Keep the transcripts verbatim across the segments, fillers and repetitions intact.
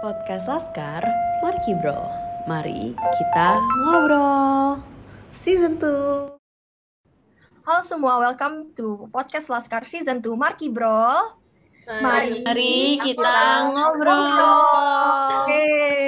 Podcast Laskar, Marki Bro. Mari kita ngobrol. Season two. Halo semua, welcome to Podcast Laskar Season two. Marki Bro. Mari, Mari kita, kita ngobrol. Oke.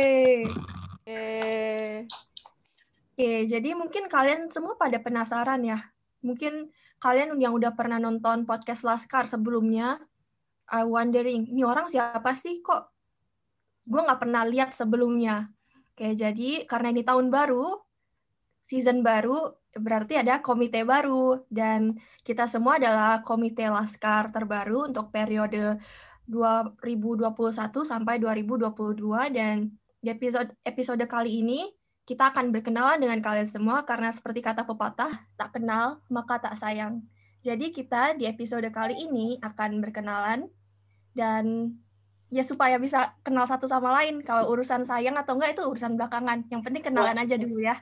Oke. Oke, jadi mungkin kalian semua pada penasaran ya. Mungkin kalian yang udah pernah nonton Podcast Laskar sebelumnya, are wondering, ini orang siapa sih kok gue nggak pernah lihat sebelumnya. Oke, jadi karena ini tahun baru, season baru, berarti ada komite baru. Dan kita semua adalah komite Laskar terbaru untuk periode dua ribu dua puluh satu sampai dua ribu dua puluh dua. Dan di episode, episode kali ini, kita akan berkenalan dengan kalian semua, karena seperti kata pepatah, tak kenal maka tak sayang. Jadi kita di episode kali ini akan berkenalan, dan ya supaya bisa kenal satu sama lain. Kalau urusan sayang atau enggak itu urusan belakangan. Yang penting kenalan Wah. aja dulu ya.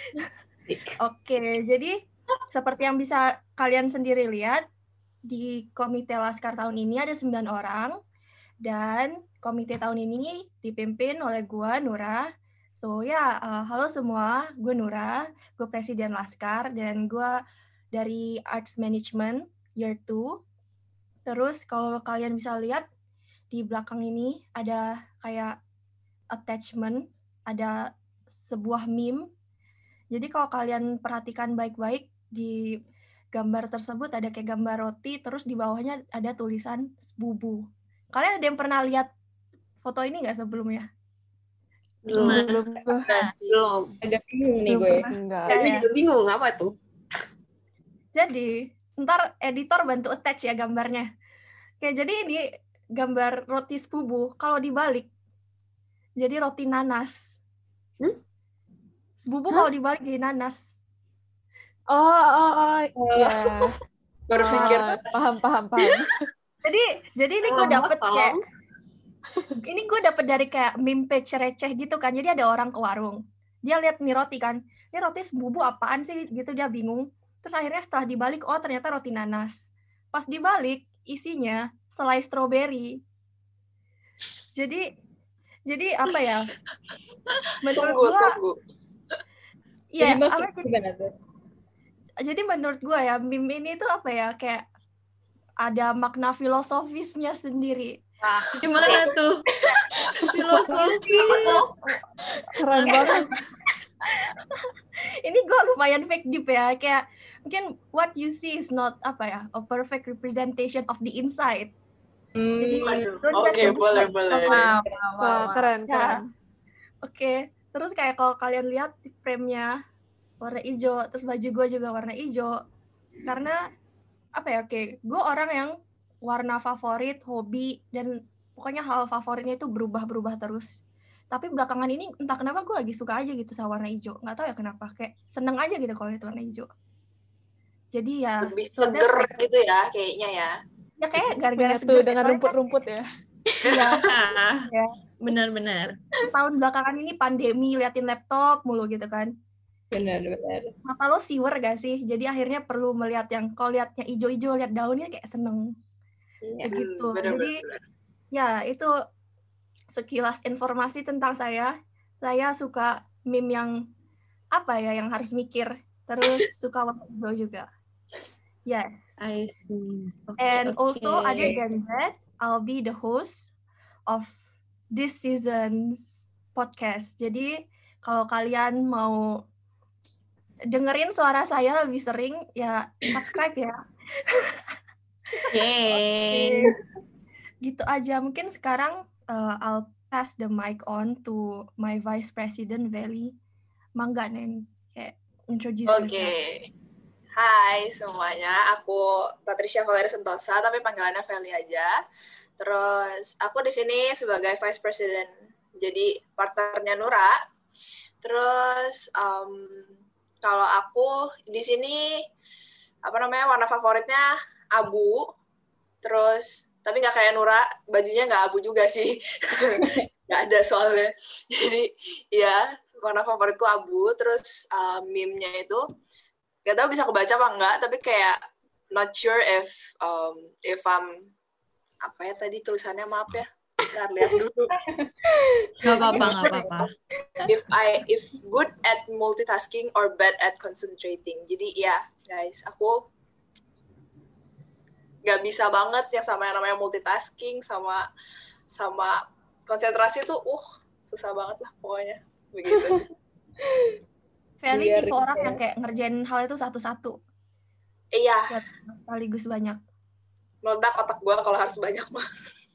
Oke, jadi seperti yang bisa kalian sendiri lihat, di komite Laskar tahun ini ada sembilan orang, dan komite tahun ini dipimpin oleh gue, Nura. So ya, uh, halo semua, gue Nura, gue presiden Laskar, dan gue dari Arts Management Year two. Terus kalau kalian bisa lihat, di belakang ini ada kayak attachment, ada sebuah meme. Jadi kalau kalian perhatikan baik-baik, di gambar tersebut ada kayak gambar roti, terus di bawahnya ada tulisan bubu. Kalian ada yang pernah lihat foto ini nggak sebelumnya? Belum. Belum. Belum. Agak bingung nih gue. Enggak. Tapi juga bingung apa tuh? Jadi, ntar editor bantu attach ya gambarnya. Oke, jadi ini gambar roti sebubu, kalau dibalik, jadi roti nanas. Hmm? Sebubu kalau dibalik jadi nanas. Oh, oh, oh, iya. Berpikir. Oh, paham, paham, paham. Jadi, jadi ini gue dapet kayak, ini gue dapet dari kayak meme page receh gitu kan. Jadi ada orang ke warung, dia lihat nih roti kan, ini roti sebubu apaan sih gitu, dia bingung. Terus akhirnya setelah dibalik, oh ternyata roti nanas. Pas dibalik, isinya selai stroberi. Jadi, jadi apa ya? Menurut Tunggu, gua, tunggu. ya, Jadi masuk apa, gimana tuh? jadi menurut gue ya, meme ini tuh apa ya, kayak ada makna filosofisnya sendiri. Ah, Gimana tuh? Filosofis. Keren banget. Ini gue lumayan fake deep ya, kayak mungkin what you see is not apa ya, a perfect representation of the inside. Hmm, Jadi, oke, okay, boleh, boleh. Wow, wow, wow. Keren, ya. keren. Oke, okay. Terus kayak kalau kalian lihat frame-nya warna hijau, terus baju gue juga warna hijau. Karena apa ya, oke, okay, gue orang yang warna favorit, hobi, dan pokoknya hal favoritnya itu berubah-berubah terus. Tapi belakangan ini entah kenapa gue lagi suka aja gitu sama warna hijau. Nggak tahu ya kenapa, kayak seneng aja gitu kalau lihat warna hijau. Jadi ya lebih so seger like, gitu ya kayaknya ya. Ya kayak gara-gara seger dengan rumput-rumput ya. Iya. Ya. Benar-benar. Tahun belakangan ini pandemi, liatin laptop mulu gitu kan. Benar-benar. Mata lo siwer gak sih? Jadi akhirnya perlu melihat yang, kalau lihatnya hijau-hijau, lihat daunnya kayak seneng. Iya, begitu. Bener, Jadi bener. ya itu sekilas informasi tentang saya. Saya suka meme yang apa ya, yang harus mikir. Terus suka warna hijau juga. Yes. I see. Okay, And okay. also other than that, I'll be the host of this season's podcast. Jadi kalau kalian mau dengerin suara saya lebih sering, ya subscribe ya. Yeay. Gitu aja. Mungkin sekarang uh, I'll pass the mic on to my Vice President Veli. Mangga Neng, kayak introduce Oke. yourself. Okay. Hai semuanya, aku Patricia Valeria Sentosa, tapi panggilannya Veli aja. Terus aku di sini sebagai Vice President, jadi partnernya Nura. Terus um, kalau aku di sini apa namanya, warna favoritnya abu. Terus tapi nggak kayak Nura, bajunya nggak abu juga sih, nggak ada soalnya. Jadi ya warna favoritku abu. Terus uh, meme-nya itu nggak tahu bisa kebaca apa enggak, tapi kayak not sure if um, if I'm apa ya tadi tulisannya, maaf ya. Ntar lihat dulu. Gak apa-apa, gak apa-apa. If I if good at multitasking or bad at concentrating. Jadi ya guys, aku nggak bisa banget yang sama yang namanya multitasking sama sama konsentrasi tuh uh susah banget lah pokoknya begitu. Feli Biar tipe gitu orang ya. yang kayak ngerjain hal itu satu-satu. Iya, Buat sekaligus banyak. meledak otak gue kalau harus banyak mah.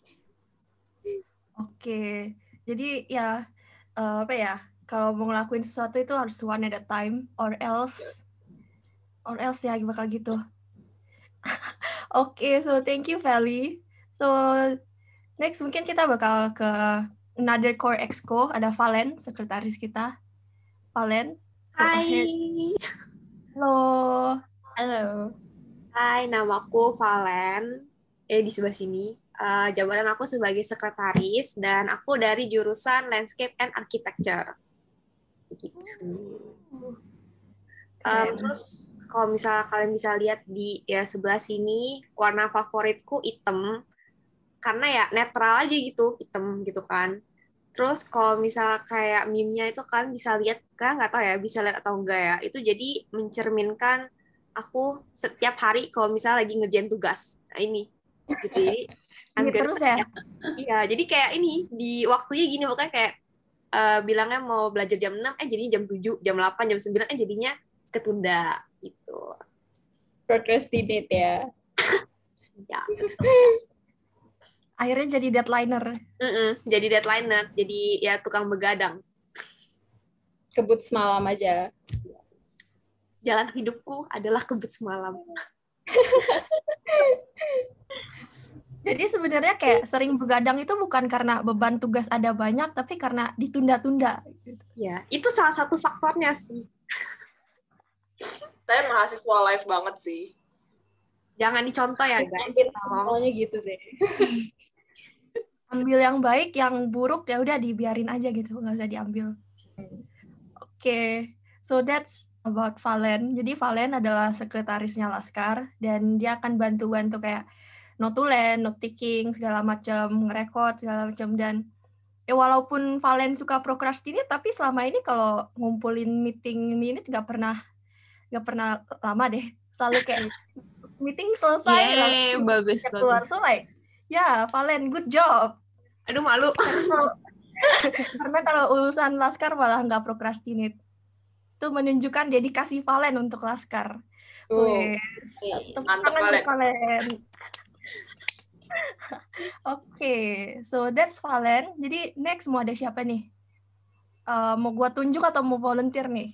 Oke. Jadi ya eh, apa ya? Kalau mau ngelakuin sesuatu itu harus one at a time or else or else ya bakal gitu. Oke, so thank you Feli. So next mungkin kita bakal ke another core exco, ada Valen, sekretaris kita. Valen. go Hai. ahead. Halo. Halo. Hai, nama aku Valen. Eh, di sebelah sini. Uh, jabatan aku sebagai sekretaris dan aku dari jurusan Landscape and Architecture. Begitu. Um, Keren. terus kalau misalnya kalian bisa lihat di ya sebelah sini, warna favoritku hitam. Karena ya netral aja gitu, hitam gitu kan. Terus kalau misalnya kayak meme-nya itu kalian bisa lihat, kan nggak tahu ya, bisa lihat atau enggak ya. Itu jadi mencerminkan aku setiap hari kalau misalnya lagi ngerjain tugas. Nah ini. Gitu. Jadi, Ini terus ya? Iya, jadi kayak ini, di waktunya gini, pokoknya kayak uh, bilangnya mau belajar jam enam, eh jadinya jam tujuh, jam delapan, jam sembilan, eh jadinya ketunda, gitu. Procrastinate ya. Ya, betul. Akhirnya jadi deadliner. Mm-mm, jadi deadliner, jadi ya tukang begadang. Kebut semalam aja. Jalan hidupku adalah kebut semalam. Jadi sebenarnya kayak sering begadang itu bukan karena beban tugas ada banyak, tapi karena ditunda-tunda. Ya, itu salah satu faktornya sih. Saya mahasiswa live banget sih. Jangan dicontoh ya guys. Hampir Tolong. semuanya gitu deh. Ambil yang baik, yang buruk ya udah dibiarin aja gitu, nggak usah diambil. Hmm. Oke, okay. So that's about Valen. Jadi Valen adalah sekretarisnya Laskar dan dia akan bantu-bantu kayak notulen, note taking, segala macam, ngerekord segala macam. Dan ya walaupun Valen suka procrastinate, tapi selama ini kalau ngumpulin meeting minute nggak pernah nggak pernah lama deh. Selalu kayak meeting selesai Yeay, langsung bagus, kita keluar. bagus. So like, ya Valen, good job. Aduh, malu. Karena kalau urusan Laskar malah nggak procrastinate. Itu menunjukkan dedikasi Valen untuk Laskar. Tuh. Wih, tepuk Mantap, tangan Valen. untuk Valen. Oke, so that's Valen. Jadi next mau ada siapa nih? Uh, mau gua tunjuk atau mau volunteer nih?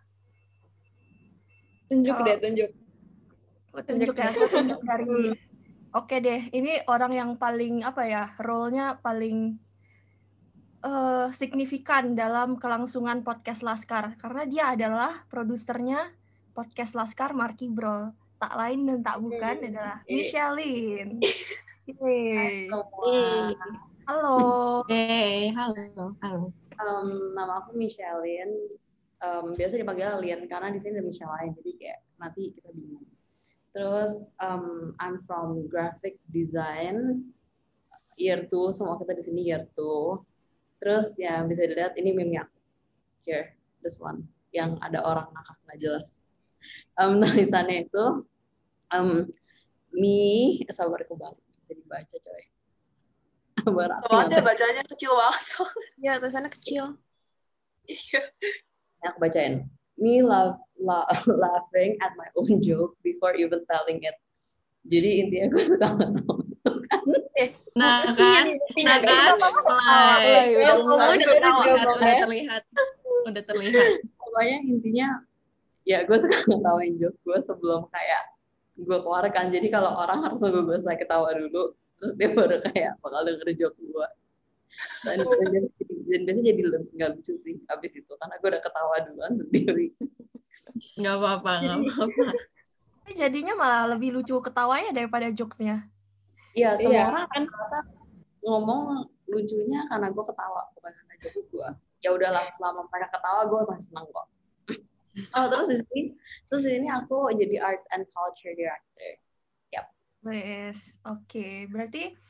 Tunjuk Oh. deh, tunjuk. Gua tunjuk ya, gua tunjuk dari. Oke deh, ini orang yang paling apa ya? Role-nya paling uh, signifikan dalam kelangsungan podcast Laskar karena dia adalah produsernya podcast Laskar, Marky Bro. Tak lain dan tak bukan Hmm. adalah Iya. Micheline. Yeay. Semua. Halo. Hey, halo, halo. Um, nama aku Micheline. Um, biasa dipanggil Lien karena di sini ada Michelle lain, jadi kayak nanti kita bingung. Terus um, I'm from graphic design year two, semua kita di sini year two. Terus ya bisa dilihat ini meme-nya. Here, this one yang ada orang ngakak nggak jelas. Um, tulisannya itu um, me sabarku banget jadi baca coy. Soalnya bacanya kecil banget soalnya. Ya, tulisannya kecil. Iya. Yang aku bacain. Me love, la, laughing at my own joke before even telling it. Jadi intinya gue suka ngomong. Nah kan, nah kan, mulai, Udah udah langsung terlihat, ngomong udah ya. terlihat, udah terlihat. Pokoknya intinya, ya gue suka ngetawain joke gue sebelum kayak gue keluarkan. Jadi kalau orang harus nunggu gue saya ketawa dulu, terus dia baru kayak bakal denger joke gue. Dan, dan, dan biasanya jadi lebih nggak lucu sih abis itu, karena gue udah ketawa duluan sendiri. Nggak apa-apa, nggak apa-apa. Jadinya malah lebih lucu ketawanya daripada jokes-nya. Iya, semua Iya. orang kan rata ngomong lucunya karena gue ketawa, bukan karena jokes gue. Ya udahlah, selama mereka ketawa gue masih senang kok. Oh, terus di sini, terus di sini aku jadi arts and culture director. Yes, oke. Berarti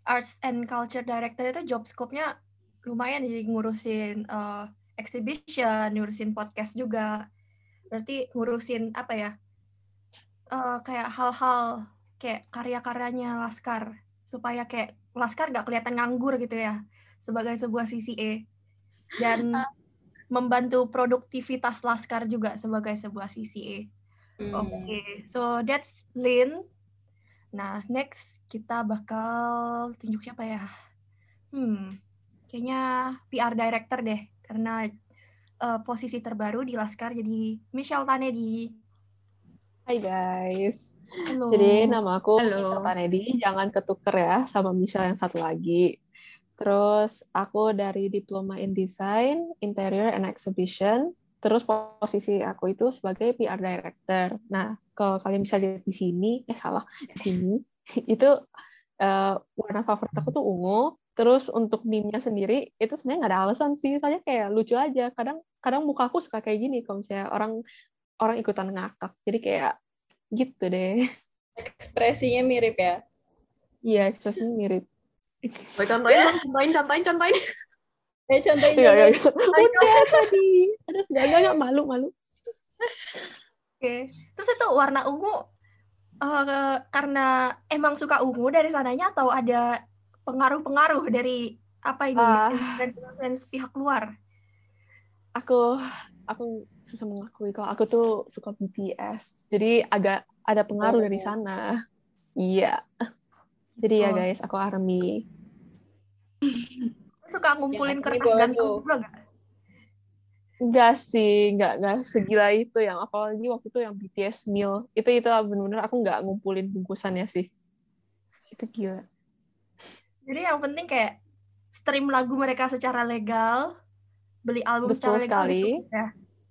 arts and culture director itu job scope-nya lumayan, jadi ngurusin uh, exhibition, ngurusin podcast juga. Berarti ngurusin apa ya? Uh, kayak hal-hal kayak karya-karyanya Laskar supaya kayak Laskar gak kelihatan nganggur gitu ya sebagai sebuah C C A, dan membantu produktivitas Laskar juga sebagai sebuah C C A. Hmm. Oke, okay. So that's Lin. Nah, next kita bakal tunjuk siapa ya? Hmm, kayaknya P R director deh, karena uh, posisi terbaru di Laskar jadi Michelle Tanedi. Hai guys. Halo. Jadi nama aku Halo. Michelle Tanedi, jangan ketuker ya sama Michelle yang satu lagi. Terus aku dari Diploma in Design, Interior and Exhibition. Terus posisi aku itu sebagai P R Director. Nah, kalau kalian bisa lihat di sini, eh salah, di sini, itu uh, warna favorit aku tuh ungu. Terus untuk meme-nya sendiri, itu sebenarnya nggak ada alasan sih. Soalnya kayak lucu aja. Kadang kadang muka aku suka kayak gini kalau misalnya orang orang ikutan ngakak. Jadi kayak gitu deh. Ekspresinya mirip ya? Iya, ekspresinya mirip. Boleh contohin dong, contohin, contohin, contohin. Eh, contohin Iya, iya, dulu. iya. Udah tadi. Aduh, enggak, enggak, enggak, malu, malu. Oke, okay. Terus itu warna ungu uh, karena emang suka ungu dari sananya atau ada pengaruh-pengaruh dari apa ini? Ah. Influence pihak luar? Aku aku susah mengakui kalau aku tuh suka B T S. Jadi agak ada pengaruh Oh. dari sana. Iya. Jadi ya Oh. guys, aku ARMY. Suka ngumpulin Ya, kertas boleh gantung tuh. juga nggak? Enggak sih, enggak enggak segila itu yang apalagi waktu itu yang B T S meal. Itu itu benar-benar aku enggak ngumpulin bungkusannya sih. Itu gila. Jadi yang penting kayak stream lagu mereka secara legal, beli album Betul secara legal sekali. gitu ya.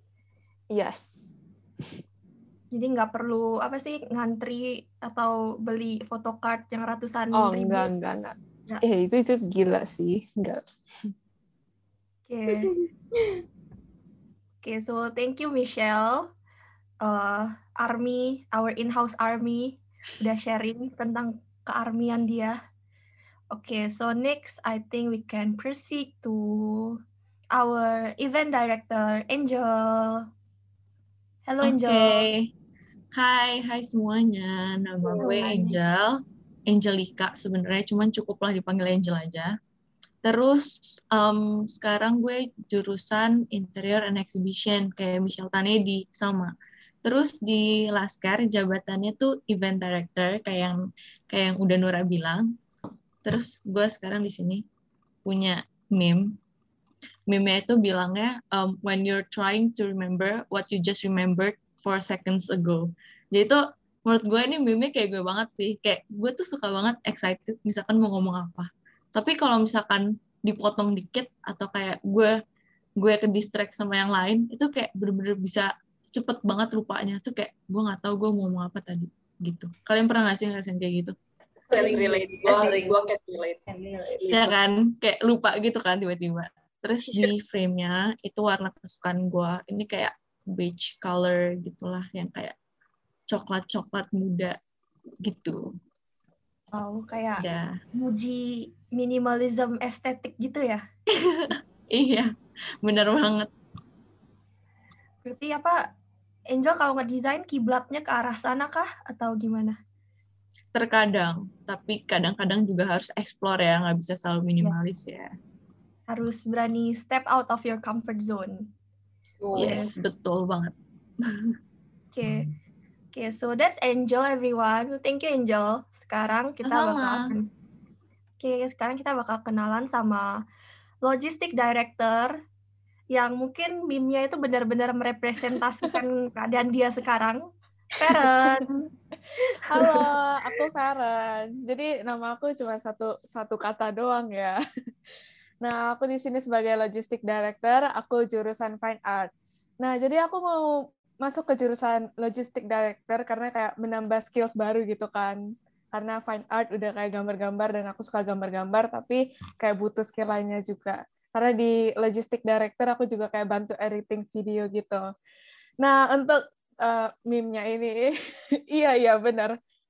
Yes. Jadi nggak perlu apa sih ngantri atau beli photocard yang ratusan Oh, ribu. enggak, enggak, enggak. Ya. Eh, itu itu gila sih. Enggak. Oke. Okay. Oke, okay, so thank you Michelle, uh, ARMY, our in-house ARMY, udah sharing tentang kearmian dia. Oke, okay, so next I think we can proceed to our event director, Angel. Hello Angel. Oke. Okay. Hai, hai semuanya. Nama gue Hai. Angel. Angelica sebenarnya, cuman cukuplah dipanggil Angel aja. Terus um, sekarang gue jurusan Interior and Exhibition kayak Michelle Tanedi sama. Terus di Laskar jabatannya tuh Event Director kayak yang kayak yang udah Nura bilang. Terus gue sekarang di sini punya meme. Meme itu bilangnya um, when you're trying to remember what you just remembered four seconds ago. Jadi tuh menurut gue ini meme kayak gue banget sih. Kayak gue tuh suka banget excited misalkan mau ngomong apa. Tapi kalau misalkan dipotong dikit atau kayak gue gue ke distract sama yang lain, itu kayak bener-bener bisa cepet banget lupanya. Tuh kayak gue nggak tahu gue mau ngomong apa tadi gitu. Kalian pernah nggak sih ngerasain kayak gitu? Sering relate. Gue gue can relate. Ya kan, kayak lupa gitu kan tiba-tiba. Terus di frame-nya itu warna kesukaan gue. Ini kayak beige color gitulah, yang kayak coklat-coklat muda gitu. Wow, kayak Ya. muji minimalism estetik gitu ya? Iya, bener banget. Berarti apa, Angel kalau ngedesain kiblatnya ke arah sana kah? Atau gimana? Terkadang, tapi kadang-kadang juga harus explore ya, nggak bisa selalu minimalis ya. Harus berani step out of your comfort zone. Yes, betul banget. Oke. Okay. Oke, okay, so that's Angel everyone. Thank you Angel. Sekarang kita Sama. bakal Oke, okay, sekarang kita bakal kenalan sama logistic director yang mungkin meme-nya itu benar-benar merepresentasikan keadaan dia sekarang. Feren. Halo, aku Feren. Jadi nama aku cuma satu satu kata doang ya. Nah, aku di sini sebagai logistic director, aku jurusan fine art. Nah, jadi aku mau masuk ke jurusan logistic director karena kayak menambah skills baru gitu kan. Karena fine art udah kayak gambar-gambar dan aku suka gambar-gambar, tapi kayak butuh skill lainnya juga. Karena di logistic director aku juga kayak bantu editing video gitu. Nah, untuk uh, meme-nya ini, iya, iya benar.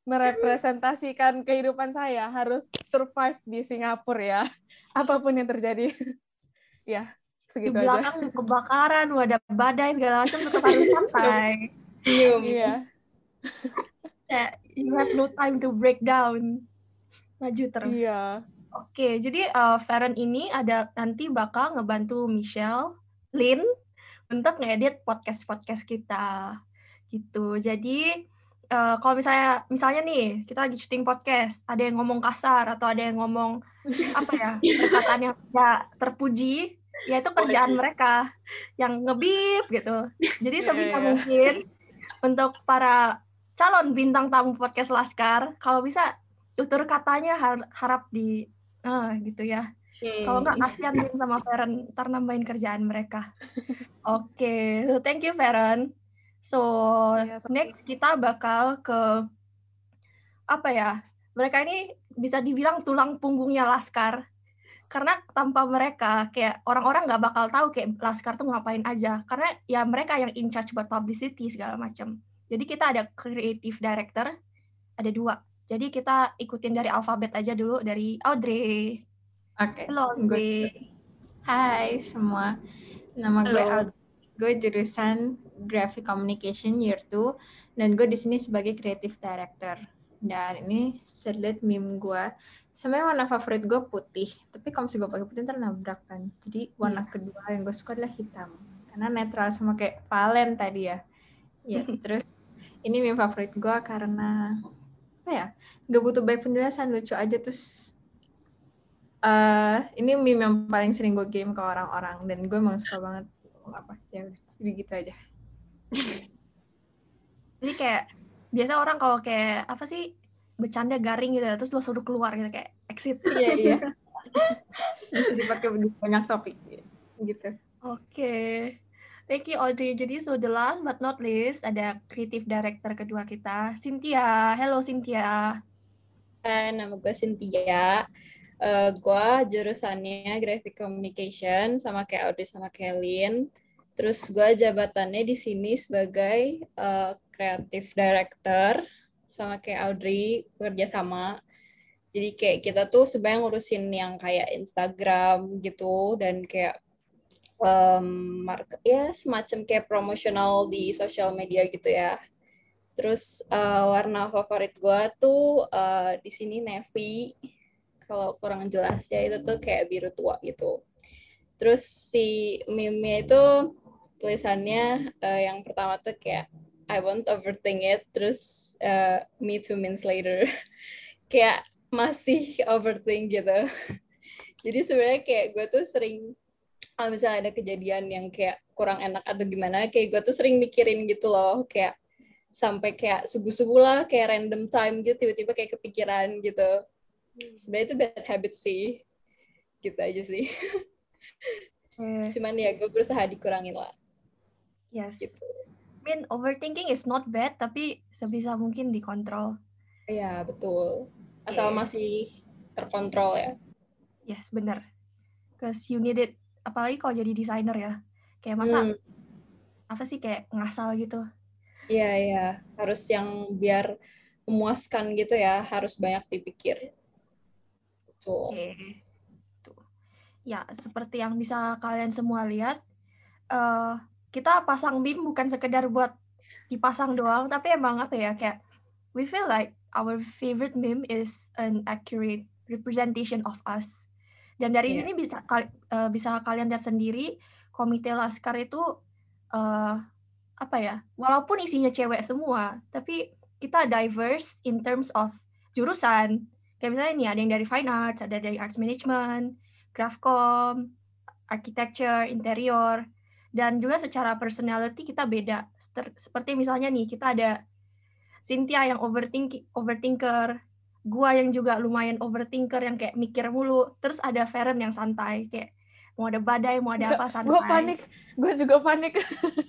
merepresentasikan kehidupan saya harus survive di Singapura ya. Apapun yang terjadi. Ya, Di segitu aja. belakang kebakaran, ada badai segala macam tetap harus santai. Iya. Kayak you have no time to break down. Maju terus. Iya. Oke, jadi uh, Feren ini ada nanti bakal ngebantu Michelle, Lin untuk ngedit podcast-podcast kita. Gitu. Jadi uh, kalau misalnya misalnya nih kita lagi syuting podcast, ada yang ngomong kasar atau ada yang ngomong apa ya, perkataan yang tidak terpuji, ya itu kerjaan mereka yang ngebip gitu. Jadi sebisa Iya. mungkin untuk para calon bintang tamu podcast Laskar, kalau bisa tutur katanya har- harap di eh gitu ya. Kalau nggak kasihan Lin sama Feren, ntar nambahin kerjaan mereka. Oke, so thank you Feren. So Iya, sama-sama. next kita bakal ke apa ya? Mereka ini bisa dibilang tulang punggungnya Laskar. Karena tanpa mereka kayak orang-orang nggak bakal tahu kayak Laskar tuh ngapain aja. Karena ya mereka yang in charge buat publicity segala macam. Jadi kita ada creative director, ada dua. Jadi kita ikutin dari alfabet aja dulu dari Audrey. Oke. Halo Gue- Audrey. Hai semua. Nama gue Halo. Aud- gue jurusan Graphic Communication year two dan gue di sini sebagai creative director. Dan ini bisa dilihat meme gue. Sebenarnya warna favorit gue putih, tapi kalau misalnya gue pakai putih ntar nabrak kan. Jadi warna kedua yang gue suka adalah hitam. Karena netral sama kayak Valen tadi ya. Ya, terus ini meme favorit gue karena apa ya? Gak butuh banyak penjelasan, lucu aja terus eh ini meme yang paling sering gue game ke orang-orang dan gue emang suka banget apa ya udah, jadi gitu aja. Jadi kayak biasa orang kalau kayak apa sih bercanda garing gitu ya, terus lo suruh keluar gitu kayak exit. Iya iya. Bisa dipakai di banyak topik gitu. Oke. Thank you Audrey. Jadi so the last but not least ada creative director kedua kita, Cynthia. Hello Cynthia. Hai, nama gue Cynthia. Uh, gue jurusannya Graphic Communication sama kayak Audrey sama Kelin. Terus gue jabatannya di sini sebagai uh, Creative Director sama kayak Audrey bekerja sama. Jadi kayak kita tuh sebenarnya ngurusin yang kayak Instagram gitu dan kayak um, market, ya semacam kayak promotional di social media gitu ya. Terus uh, warna favorit gue tuh uh, di sini navy. Kalau kurang jelas ya itu tuh kayak biru tua gitu. Terus si meme itu tulisannya uh, yang pertama tuh kayak I won't overthink it. Terus uh, me two minutes later kayak masih overthink gitu. Jadi sebenarnya kayak gue tuh sering kalau misalnya ada kejadian yang kayak kurang enak atau gimana, kayak gue tuh sering mikirin gitu loh, kayak sampai kayak subuh-subuh lah, kayak random time gitu, tiba-tiba kayak kepikiran gitu. Sebenarnya itu bad habit sih, gitu aja sih. Eh, Cuman ya gue berusaha dikurangin lah. yes. Gitu. I mean overthinking is not bad tapi sebisa mungkin dikontrol. Iya betul. Asal Yeah. masih terkontrol ya. Yes, benar. Cause you need it. Apalagi kalau jadi desainer ya. Kayak masa Hmm. apa sih kayak ngasal gitu. Iya iya. Harus yang biar memuaskan gitu ya. Harus banyak dipikir. Betul. Oke. Tuh. Ya, seperti yang bisa kalian semua lihat, eh kita pasang beam bukan sekedar buat dipasang doang, tapi emang apa ya, kayak we feel like our favorite meme is an accurate representation of us. Dan dari Yeah. sini bisa kal- eh, bisa kalian lihat sendiri, Komite Laskar itu eh apa ya, walaupun isinya cewek semua, tapi kita diverse in terms of jurusan. Kayak misalnya nih, ada yang dari fine arts, ada dari arts management, graphcom, architecture, interior, dan juga secara personality kita beda. Ser- Seperti misalnya nih, kita ada Cynthia yang overthink overthinker, gua yang juga lumayan overthinker yang kayak mikir mulu, terus ada Feren yang santai, kayak mau ada badai, mau ada apa santai. Gue panik, gue juga panik.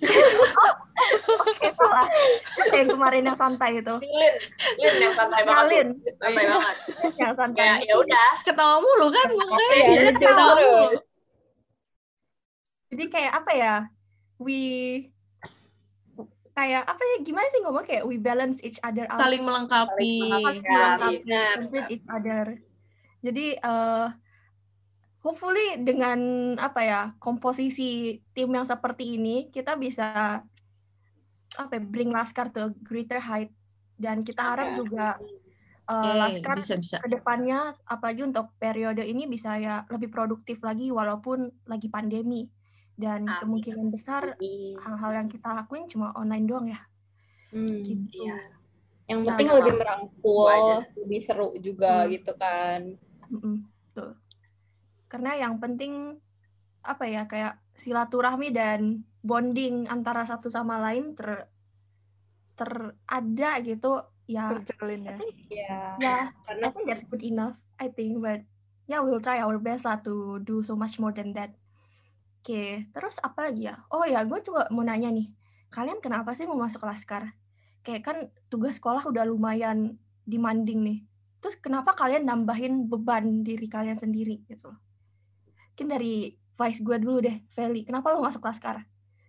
Oke, salah. Yang kemarin yang santai itu. Lin, Lin yang santai banget. Lin. tuh. Santai banget. Yang santai. Kayak ya udah. Ketawa mulu kan makanya Iya, dia lucu ketawa terus. mulu. Jadi kayak apa ya? We kayak apa ya, gimana sih ngomong, kayak we balance each other out. Saling melengkapi. Saling melengkapi, complete each other. Jadi uh, hopefully dengan apa ya, komposisi tim yang seperti ini, kita bisa apa ya, bring Laskar to a greater height. Dan kita harap juga uh, Yeay, Laskar bisa, bisa. ke depannya, apalagi untuk periode ini bisa ya lebih produktif lagi walaupun lagi pandemi. Dan Amin. kemungkinan besar hal-hal yang kita lakuin cuma online doang ya. Hmm. Gitu. Iya. Yang Nah, penting sama. lebih merangkul, lebih seru juga Hmm. gitu kan. Mm-mm, betul. Karena yang penting apa ya, kayak silaturahmi dan bonding antara satu sama lain ter terada gitu ya. Terjalin ya. I think, Iya. ya, Karena I think that's good enough. I think, but yeah, we'll try our best lah to do so much more than that. Oke, okay, terus apa lagi ya? Oh ya, gue juga mau nanya nih. Kalian kenapa sih mau masuk Laskar? Kayak kan tugas sekolah udah lumayan demanding nih. Terus kenapa kalian nambahin beban diri kalian sendiri gitu? Mungkin dari Vice gue dulu deh, Feli. Kenapa lo masuk Laskar?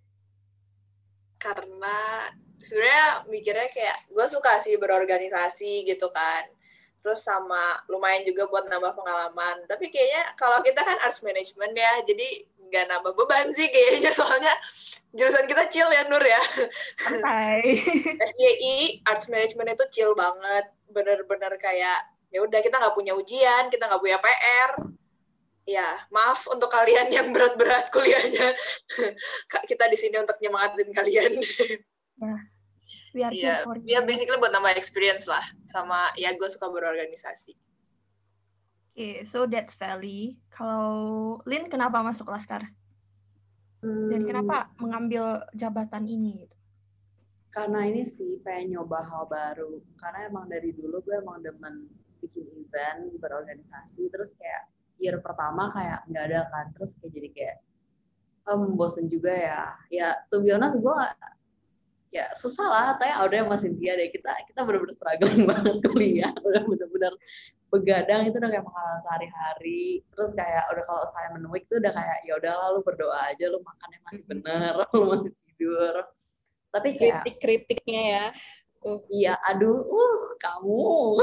Karena sebenarnya mikirnya kayak gue suka sih berorganisasi gitu kan. Terus sama lumayan juga buat nambah pengalaman. Tapi kayaknya kalau kita kan arts management ya, jadi nggak nambah beban sih kayaknya, soalnya jurusan kita chill ya Nur ya. Santai. F Y I arts management itu chill banget, bener-bener kayak ya udah kita nggak punya ujian, kita nggak punya P R. Ya maaf untuk kalian yang berat-berat kuliahnya, kita di sini untuk nyemangatin kalian. Nah, biar ya, ya basically buat nambah experience lah, sama ya gue suka berorganisasi. Oke, okay, so that's Feli. Kalau Lin kenapa masuk Laskar? Hmm. Dan kenapa mengambil jabatan ini? Gitu? Karena ini sih pengen nyoba hal baru. Karena emang dari dulu gue emang demen bikin event, berorganisasi. Terus kayak year pertama kayak nggak ada kan. Terus kayak jadi kayak um, bosen juga ya. Ya to be honest gue ya susah lah. Tanya udah sama Cynthia deh. Kita kita bener-bener struggling banget kuliah. Udah bener-bener begadang itu udah kayak pengalaman sehari-hari. Terus kayak udah kalau assignment week tuh udah kayak ya udah lu berdoa aja, lu makannya masih bener, lu masih tidur. Tapi kayak kritik-kritiknya ya. Uh. Iya, aduh, uh kamu.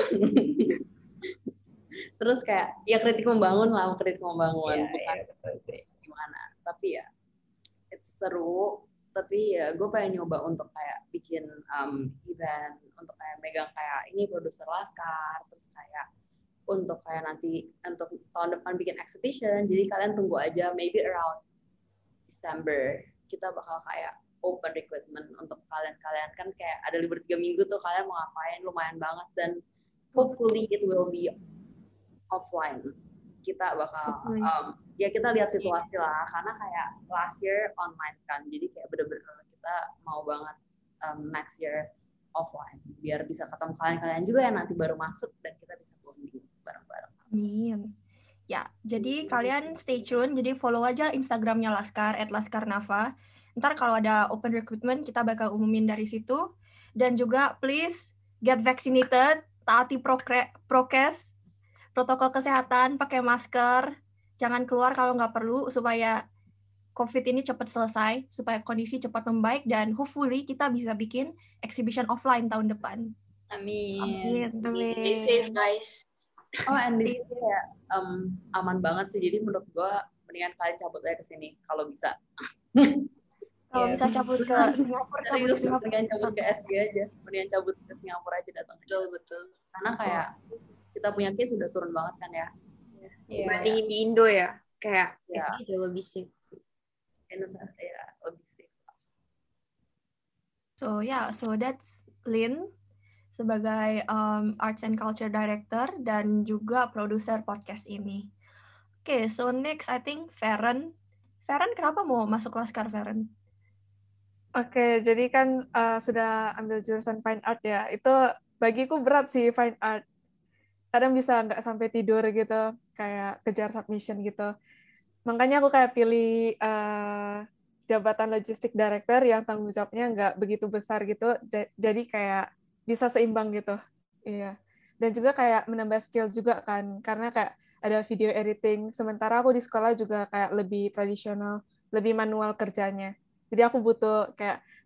Terus kayak ya kritik membangun lah, kritik membangun. Iya, bukan iya, betul sih. Gimana? Tapi ya it's seru. Tapi ya gue pengen nyoba untuk kayak bikin um, event, untuk kayak megang kayak ini produser Laskar, terus kayak untuk kayak nanti untuk tahun depan bikin exhibition. Jadi kalian tunggu aja, maybe around December kita bakal kayak open recruitment untuk kalian-kalian, kan kayak ada libur tiga minggu tuh, kalian mau ngapain, lumayan banget, dan hopefully it will be offline. Kita bakal um, ya kita lihat situasi lah, karena kayak last year online kan, jadi kayak bener-bener kita mau banget um, next year offline biar bisa ketemu kalian-kalian juga yang nanti baru masuk dan kita bisa bonding bareng-bareng. Amin. Ya, jadi kalian stay tune, jadi follow aja Instagramnya Laskar at laskarnava. Ntar kalau ada open recruitment kita bakal umumin dari situ. Dan juga please get vaccinated, taati prokes, protokol kesehatan, pakai masker, jangan keluar kalau nggak perlu supaya COVID ini cepat selesai, supaya kondisi cepat membaik, dan hopefully kita bisa bikin exhibition offline tahun depan. Amin. Amin. Stay safe guys. Oh, and this ya um, aman banget sih. Jadi menurut gue mendingan kalian cabut aja ke sini kalau bisa. Kalau yeah. bisa cabut ke Singapura, cabut ke Singapura. Mendingan cabut ke S D aja. Mendingan cabut ke Singapura aja datang. Betul, betul. Karena kayak kita punya case sudah turun banget kan ya. Yeah. Bandingin di Indo ya. Kayak yeah. S D jauh lebih safe. Indonesia ya lebih safe. So yeah, so that's Lin sebagai um, Arts and Culture Director dan juga produser podcast ini. Oke, okay, so next I think Feren. Feren kenapa mau masuk Laskar, Feren? Oke, okay, jadi kan uh, sudah ambil jurusan Fine Art ya. Itu bagiku berat sih Fine Art. Kadang bisa nggak sampai tidur gitu, kayak kejar submission gitu. Makanya aku kayak pilih uh, jabatan Logistic Director yang tanggung jawabnya nggak begitu besar gitu. Jadi kayak bisa seimbang gitu. Iya. Dan juga kayak menambah skill juga kan, karena kayak ada video editing, sementara aku di sekolah juga kayak lebih tradisional, lebih manual kerjanya. Jadi aku butuh kayak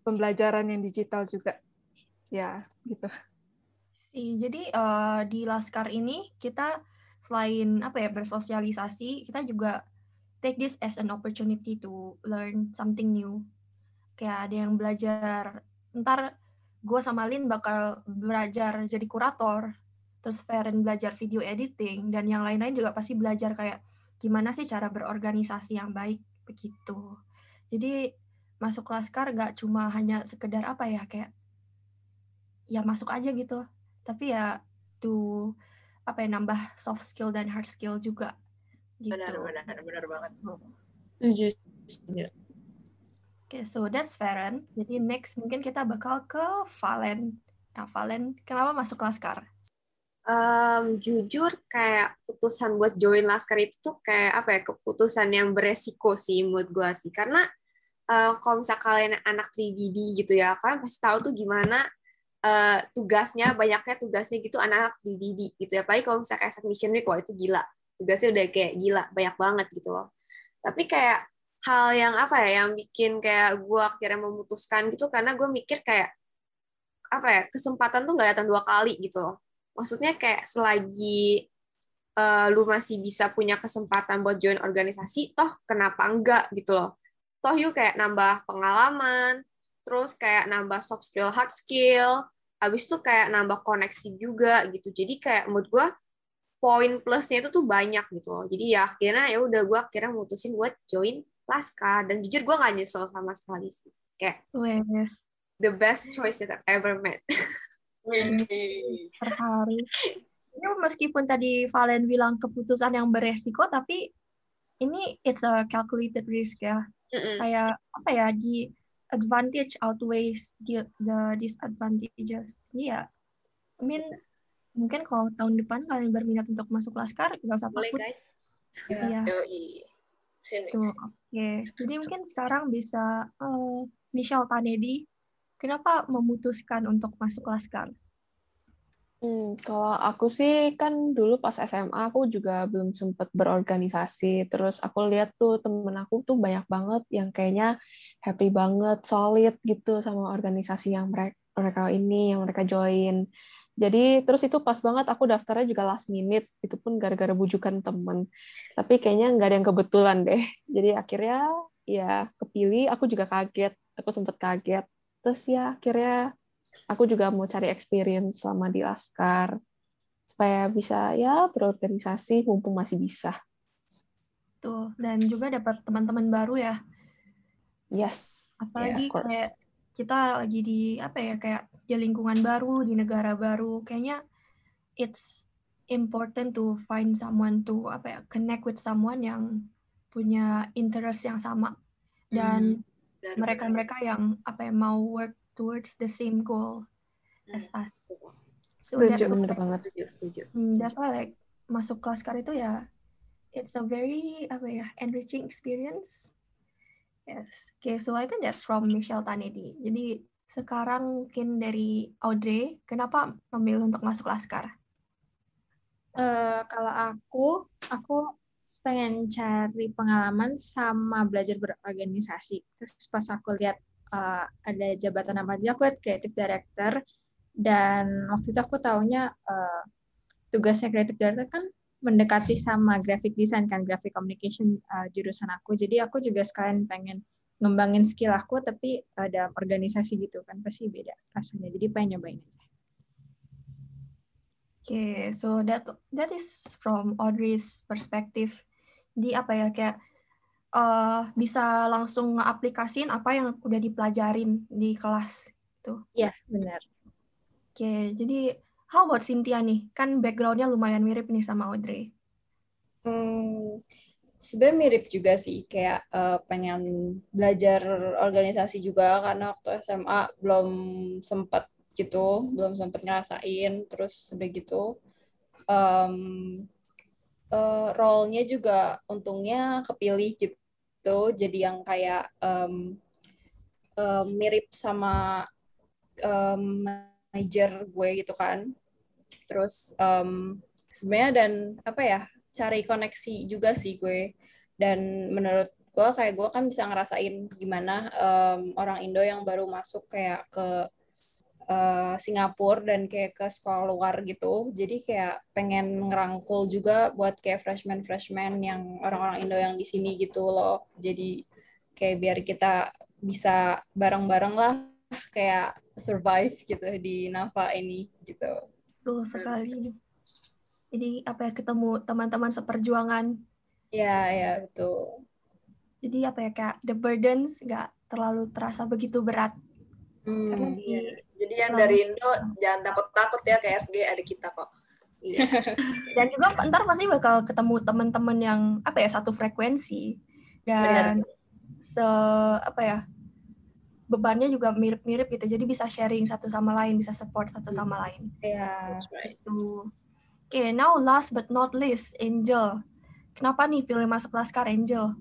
pembelajaran yang digital juga. Ya, gitu. Jadi uh, di Laskar ini kita selain apa ya bersosialisasi, kita juga take this as an opportunity to learn something new. Kayak ada yang belajar, ntar gue sama Lin bakal belajar jadi kurator, terus Feren belajar video editing, dan yang lain-lain juga pasti belajar kayak gimana sih cara berorganisasi yang baik, begitu. Jadi masuk Laskar gak cuma hanya sekedar apa ya, kayak ya masuk aja gitu, tapi ya to apa ya nambah soft skill dan hard skill juga gitu. Benar, benar, benar banget. Setuju. Oke, okay, so that's Feren. Jadi next mungkin kita bakal ke Valen. Nah, Valen, kenapa masuk Laskar? Um, jujur kayak putusan buat join Laskar itu tuh kayak apa ya, keputusan yang beresiko sih menurut gue sih. Karena uh, kalau misalnya kalian anak tiga D gitu ya, kalian pasti tahu tuh gimana uh, tugasnya, banyaknya tugasnya gitu anak-anak tiga D gitu ya. Apalagi kalau misalnya kayak submission week, wah itu gila. Tugasnya udah kayak gila, banyak banget gitu loh. Tapi kayak hal yang apa ya, yang bikin kayak gue akhirnya memutuskan gitu, karena gue mikir kayak apa ya, kesempatan tuh nggak datang dua kali gitu loh. Maksudnya kayak selagi uh, lu masih bisa punya kesempatan buat join organisasi, toh kenapa enggak gitu loh. Toh yuk kayak nambah pengalaman, terus kayak nambah soft skill, hard skill, habis itu kayak nambah koneksi juga gitu. Jadi kayak menurut gue poin plusnya itu tuh banyak gitu loh. Jadi ya akhirnya ya udah gue akhirnya mutusin buat join Laskar, dan jujur gue nggak nyesel sama sekali sih. Kayak Yes. the best choice that I've ever made. Terharu. Ini meskipun tadi Valen bilang keputusan yang beresiko, tapi ini it's a calculated risk ya. Mm-mm. Kayak apa ya, di advantage outweighs the, the disadvantages. Iya. I mean, mungkin kalau tahun depan kalian berminat untuk masuk Laskar, nggak usah Boleh takut. guys. Iya. Yoi. Sini. Tuh, oke. Okay. Jadi mungkin sekarang bisa uh, Michelle Tanedi, kenapa memutuskan untuk masuk Laskar? Hmm, kalau aku sih kan dulu pas S M A aku juga belum sempat berorganisasi. Terus aku lihat tuh temen aku tuh banyak banget yang kayaknya happy banget, solid gitu sama organisasi yang mereka mereka ini, yang mereka join. Jadi terus itu pas banget aku daftarnya juga last minute, itu pun gara-gara bujukan temen. Tapi kayaknya nggak ada yang kebetulan deh. Jadi akhirnya ya kepilih, aku juga kaget, aku sempet kaget. Terus ya akhirnya aku juga mau cari experience selama di Laskar supaya bisa ya berorganisasi mumpung masih bisa. Tuh, dan juga dapat teman-teman baru ya. Yes. Apalagi yeah, kayak kita lagi di apa ya, kayak di lingkungan baru, di negara baru. Kayaknya it's important to find someone to apa ya, connect with someone yang punya interest yang sama, dan hmm. mereka-mereka yang apa ya, mau work towards the same goal hmm. as us. So setuju, that, bener banget. Setuju, setuju. That's why like masuk Laskar itu ya, it's a very apa ya, enriching experience. Yes. Okay, so I think that's from Michelle Tanedi. Jadi sekarang mungkin dari Audrey, kenapa memilih untuk masuk Laskar? Uh, kalau aku, aku pengen cari pengalaman sama belajar berorganisasi. Terus pas aku lihat uh, ada jabatan apa aja, aku lihat creative director, dan waktu itu aku taunya uh, tugasnya creative director kan mendekati sama graphic design kan, graphic communication uh, jurusan aku. Jadi aku juga sekalian pengen ngembangin skill aku, tapi uh, dalam organisasi gitu kan, pasti beda rasanya. Jadi pengen nyobain aja. Oke, okay, so that that is from Audrey's perspective. Jadi apa ya, kayak uh, bisa langsung nge-aplikasiin apa yang udah dipelajarin di kelas itu. Iya, benar. Oke, okay, jadi how about Cynthia nih? Kan background-nya lumayan mirip nih sama Audrey. Hmm, sebenarnya mirip juga sih, kayak uh, pengen belajar organisasi juga karena waktu S M A belum sempat gitu, belum sempat ngerasain. Terus udah gitu um, uh, role-nya juga untungnya kepilih gitu, jadi yang kayak um, um, mirip sama um, major gue gitu kan. Terus um, sebenarnya dan apa ya, cari koneksi juga sih gue. Dan menurut gue kayak gue kan bisa ngerasain gimana um, orang Indo yang baru masuk kayak ke uh, Singapura dan kayak ke sekolah luar gitu. Jadi kayak pengen ngerangkul juga buat kayak freshman-freshman yang orang-orang Indo yang di sini gitu loh. Jadi kayak biar kita bisa bareng-bareng lah kayak survive gitu di Nafa ini gitu. Betul sekali. Jadi apa ya, ketemu teman-teman seperjuangan. Ya, ya betul. Jadi apa ya, kayak the burdens nggak terlalu terasa begitu berat. Hmm. Karena di, Iya. Jadi yang selama- dari Indo jangan takut-takut ya, kayak S G ada kita kok. Iya. Dan juga ntar pasti bakal ketemu teman-teman yang apa ya, satu frekuensi dan se apa ya, bebannya juga mirip-mirip gitu. Jadi bisa sharing satu sama lain, bisa support satu sama lain. Ya. That's right. Gitu. Oke, okay, now last but not least, Angel. Kenapa nih pilih masuk Laskar, Angel?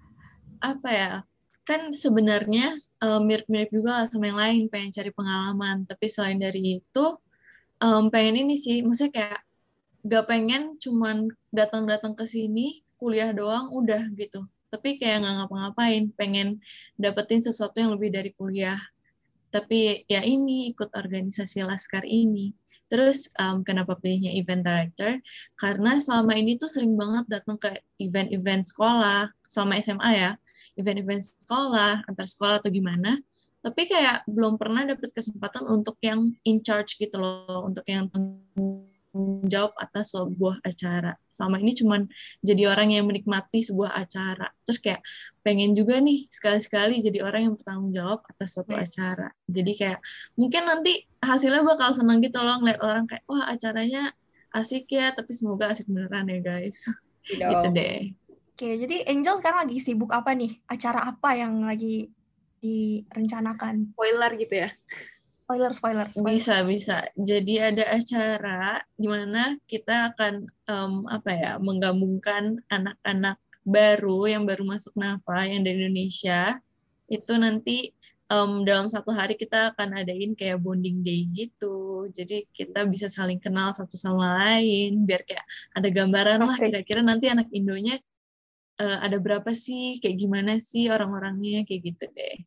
Apa ya? Kan sebenarnya uh, mirip-mirip juga lah sama yang lain, pengen cari pengalaman. Tapi selain dari itu, um, pengen ini sih, maksudnya kayak gak pengen cuman datang-datang ke sini, kuliah doang, udah gitu. Tapi kayak nggak ngapa-ngapain, pengen dapetin sesuatu yang lebih dari kuliah. Tapi ya ini, ikut organisasi Laskar ini. Terus um, kenapa pilihnya event director? Karena selama ini tuh sering banget datang ke event-event sekolah, selama S M A ya, event-event sekolah, antar sekolah atau gimana. Tapi kayak belum pernah dapet kesempatan untuk yang in charge gitu loh, untuk yang tanggung jawab atas sebuah acara. Selama ini cuman jadi orang yang menikmati sebuah acara. Terus kayak pengen juga nih sekali-sekali jadi orang yang bertanggung jawab atas suatu acara. Jadi kayak mungkin nanti hasilnya bakal seneng gitu loh, ngeliat orang kayak, wah acaranya asik ya, tapi semoga asik beneran ya guys. Gitu deh. Oke, jadi Angel sekarang lagi sibuk apa nih? Acara apa yang lagi direncanakan? Spoiler gitu ya? Spoiler, spoiler, spoiler. Bisa, bisa. Jadi ada acara di mana kita akan um, apa ya, menggabungkan anak-anak baru yang baru masuk Nafa yang dari Indonesia. Itu nanti um, dalam satu hari kita akan adain kayak bonding day gitu. Jadi kita bisa saling kenal satu sama lain, biar kayak ada gambaran lah kira-kira nanti anak Indonya uh, ada berapa sih, kayak gimana sih orang-orangnya, kayak gitu deh.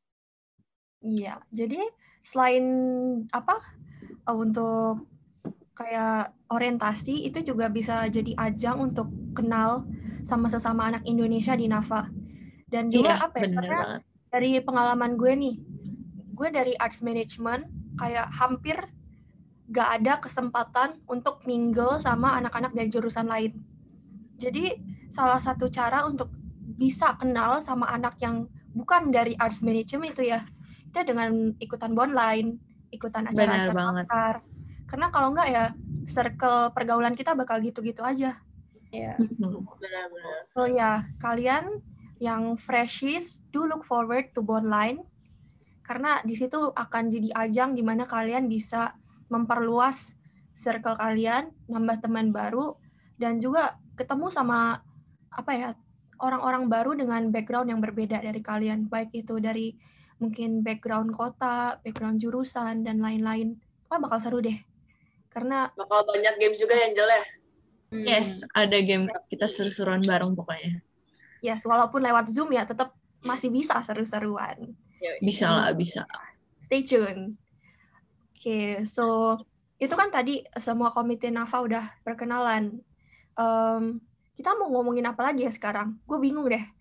Iya, jadi selain apa untuk kayak orientasi, itu juga bisa jadi ajang untuk kenal sama sesama anak Indonesia di Nafa. Dan juga Iya, apa ya, bener karena banget. dari pengalaman gue nih, gue dari arts management kayak hampir gak ada kesempatan untuk mingle sama anak-anak dari jurusan lain. Jadi salah satu cara untuk bisa kenal sama anak yang bukan dari arts management itu ya, itu dengan ikutan bondline, ikutan acara-acara Laskar. Karena kalau enggak ya, circle pergaulan kita bakal gitu-gitu aja. Iya. Benar-benar. So ya, kalian yang freshies, do look forward to bondline. Karena di situ akan jadi ajang di mana kalian bisa memperluas circle kalian, nambah teman baru, dan juga ketemu sama apa ya, orang-orang baru dengan background yang berbeda dari kalian, baik itu dari mungkin background kota, background jurusan, dan lain-lain. Wah, bakal seru deh. Karena bakal banyak games juga ya, Angel ya? Yes, ada game kita seru-seruan bareng pokoknya. Yes, walaupun lewat Zoom ya, tetap masih bisa seru-seruan. Bisa lah, bisa. Stay tune. Oke, okay, so itu kan tadi semua komite Nafa udah perkenalan. Um, kita mau ngomongin apa lagi ya sekarang? Gue bingung deh.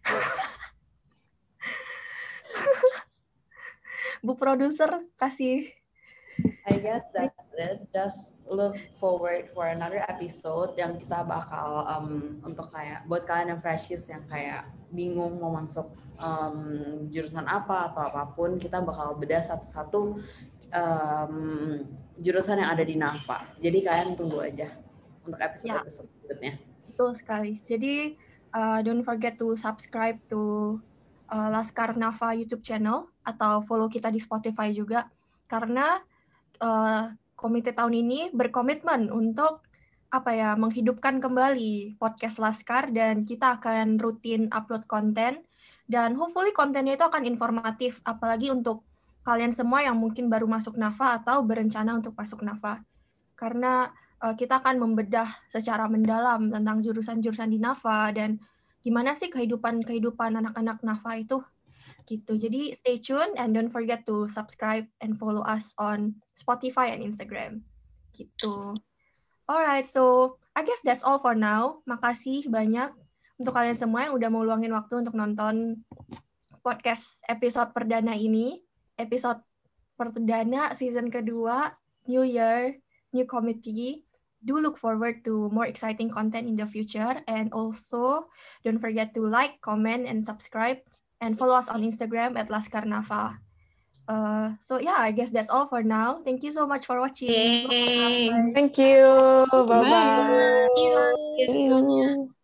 Bu produser kasih. I guess that that just look forward for another episode yang kita bakal um, untuk kayak buat kalian yang freshies yang kayak bingung mau masuk um, jurusan apa atau apapun, kita bakal bedah satu-satu um, jurusan yang ada di Nafa. Jadi kalian tunggu aja untuk episode-episode berikutnya. Betul sekali. Jadi uh, don't forget to subscribe to uh, Laskar Nafa YouTube channel atau follow kita di Spotify juga, karena uh, komite tahun ini berkomitmen untuk apa ya, menghidupkan kembali podcast Laskar, dan kita akan rutin upload konten, dan hopefully kontennya itu akan informatif, apalagi untuk kalian semua yang mungkin baru masuk Nafa atau berencana untuk masuk Nafa. Karena uh, kita akan membedah secara mendalam tentang jurusan-jurusan di Nafa, dan gimana sih kehidupan-kehidupan anak-anak Nafa itu gitu. Jadi stay tune and don't forget to subscribe and follow us on Spotify and Instagram gitu. Alright, so I guess that's all for now. Makasih banyak untuk kalian semua yang udah mau luangin waktu untuk nonton podcast episode perdana ini, episode perdana season kedua, New Year, New Committee. Do look forward to more exciting content in the future, and also don't forget to like, comment, and subscribe, and follow us on Instagram at Laskar Nafa. Uh, so yeah, I guess that's all for now. Thank you so much for watching. Yay. Bye. Thank you. Bye-bye. Bye. Thank you. Thank you.